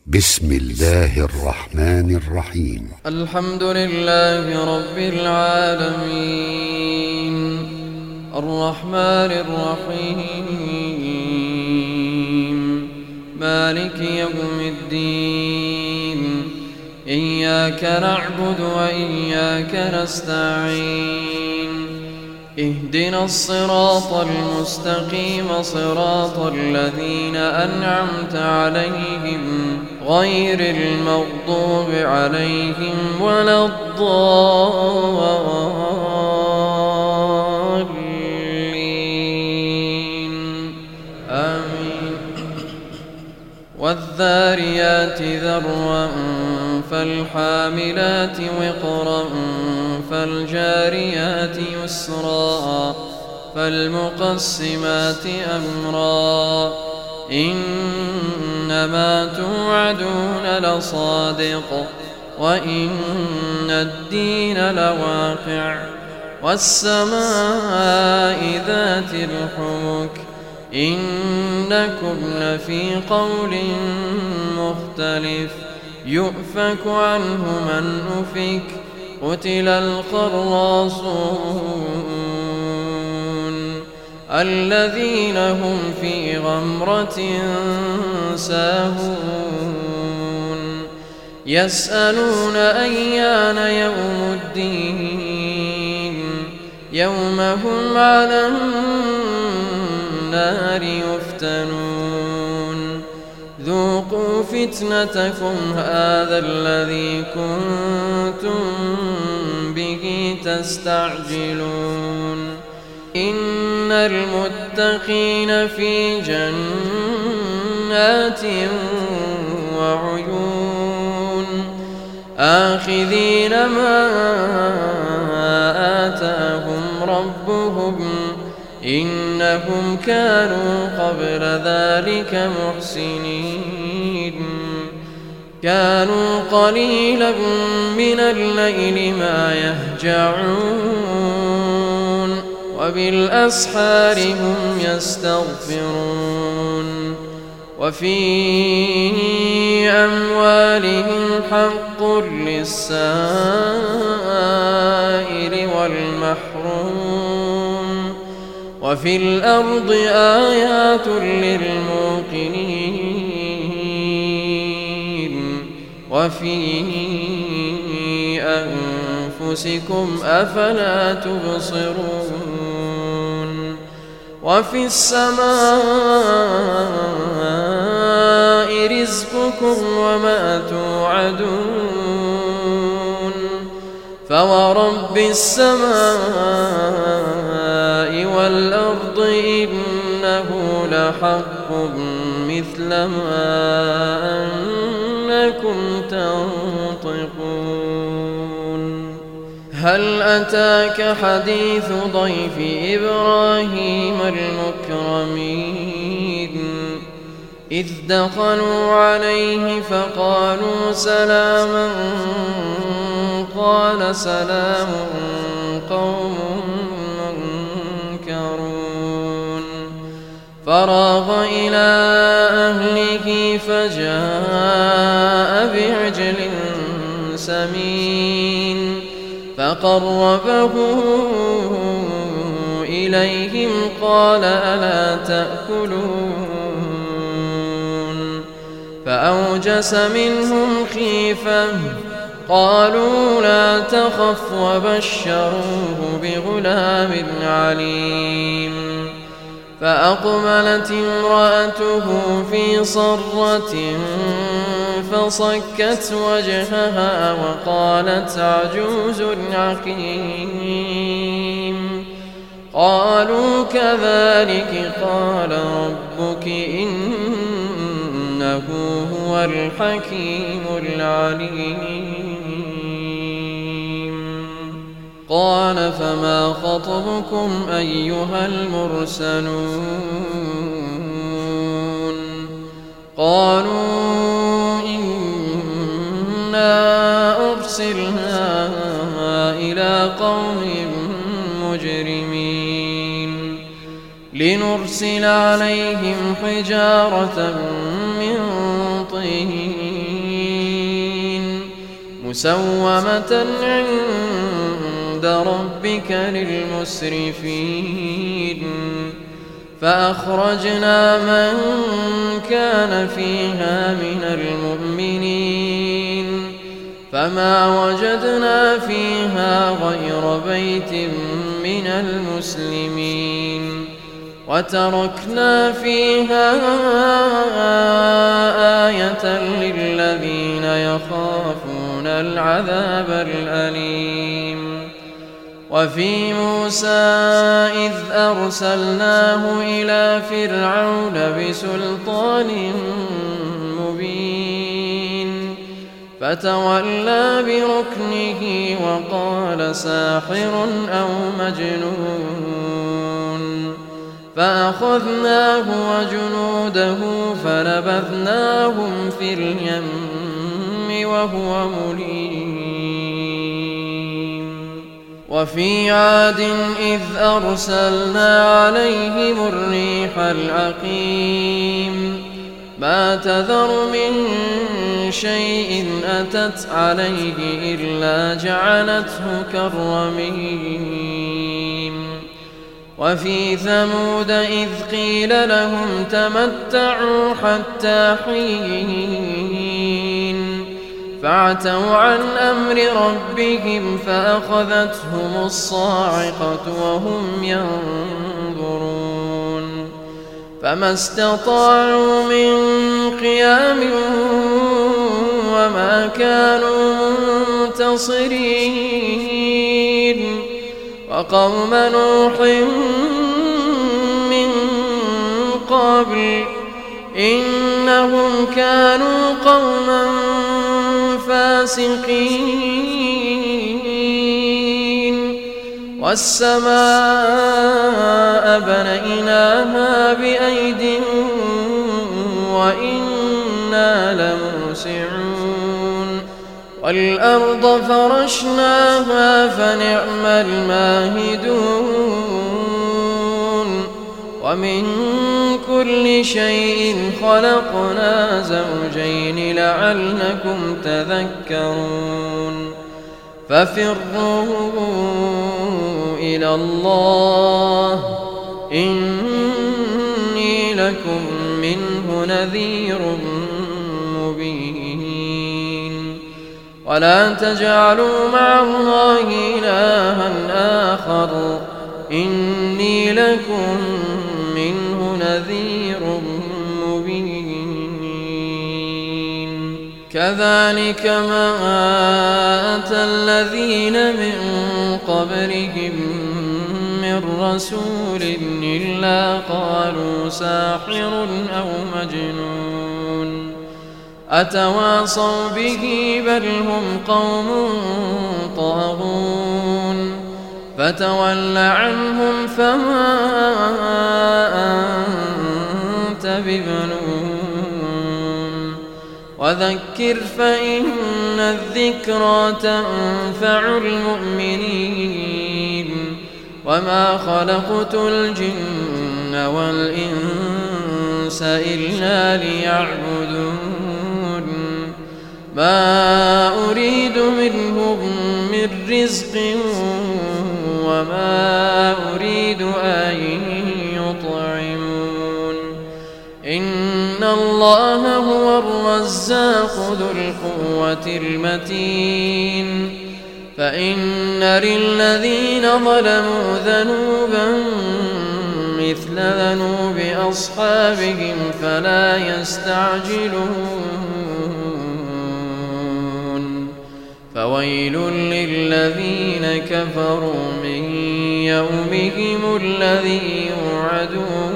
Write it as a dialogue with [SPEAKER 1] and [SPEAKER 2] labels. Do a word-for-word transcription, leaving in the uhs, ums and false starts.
[SPEAKER 1] بسم الله الرحمن الرحيم.
[SPEAKER 2] الحمد لله رب العالمين الرحمن الرحيم مالك يوم الدين إياك نعبد وإياك نستعين اهدنا الصراط المستقيم صراط الذين أنعمت عليهم غير المغضوب عليهم ولا الضالين آمين. والذاريات ذروا فالحاملات وقرا فالجاريات يسرا فالمقسمات أمرا إنما توعدون لصادق وإن الدين لواقع والسماء ذات الحبك إنكم لفي قول مختلف يؤفك عنه من أفك قتل الخراصون الذين هم في غمرة ساهون يسألون أيان يوم الدين يوم هم على النار يفتنون ذوقوا فتنتكم هذا الذي كنتم به تستعجلون إن المتقين في جنات وعيون آخذين ما آتاهم ربهم إنهم كانوا قبل ذلك محسنين كانوا قليلا من الليل ما يهجعون وبالأسحار هم يستغفرون وفي أموالهم حق للسائل والمحروم وفي الأرض آيات للموقنين وفي أنفسكم أفلا تبصرون وفي السماء رزقكم وما توعدون فورب السماء والأرض إنه لحق مثل ما أنكم تنطقون هل أتاك حديث ضيف إبراهيم المكرمين إذ دخلوا عليه فقالوا سلاما قال سلام قوم منكرون فراغ إلى أهله فجاء بعجل سمين فقربه إليهم قال ألا تأكلون فأوجس منهم خيفة قالوا لا تخف وبشروه بغلام عليم فأقبلت امرأته في صرة فصكت وجهها وقالت عجوز عقيم قالوا كذلك قال ربك إنه هو الحكيم العليم قال فما خطبكم أيها المرسلون قالوا إنا أرسلنا إلى قوم مجرمين لنرسل عليهم حجارة من طين مسومة عند ربك للمسرفين فأخرجنا من كان فيها من المؤمنين فما وجدنا فيها غير بيت من المسلمين وتركنا فيها آية للذين يخافون العذاب الأليم وفي موسى إذ أرسلناه إلى فرعون بسلطان مبين فتولى بركنه وقال ساحر أو مجنون فأخذناه وجنوده فنبذناهم في اليم وهو مليم وفي عاد إذ أرسلنا عليهم الريح العقيم ما تذر من شيء أتت عليه إلا جعلته كالرميم وفي ثمود إذ قيل لهم تمتعوا حتى حين فعتوا عن أمر ربهم فأخذتهم الصاعقة وهم ينظرون فما استطاعوا من قيام وما كانوا منتصرين وقوم نوح من قبل إنهم كانوا قوما فاسقين والسماء بنيناها بأيد وإنا لموسعون والأرض فرشناها فنعم الماهدون ومن كل شيء خلقنا زوجين لعلكم تذكرون ففروا إلى الله إني لكم منه نذير مبين ولا تجعلوا مع الله إلها آخر إني لكم منه نذير مبين كذلك ما أتى الذين من قبلهم من رسول إلا قالوا ساحر أو مجنون أتواصوا به بل هم قوم طاغون فتول عنهم فما أنت بملوم وذكر فإن الذكرى تنفع المؤمنين وما خلقت الجن والإنس إلا ليعبدون ما أريد منهم من رزق وما أريد أن يطعمون إن الله هو الرزاق ذو القوة المتين فإن للذين ظلموا ذنوبا مثل ذنوب أصحابهم فلا يستعجلون فويل للذين كفروا من يومهم الذي يوعدون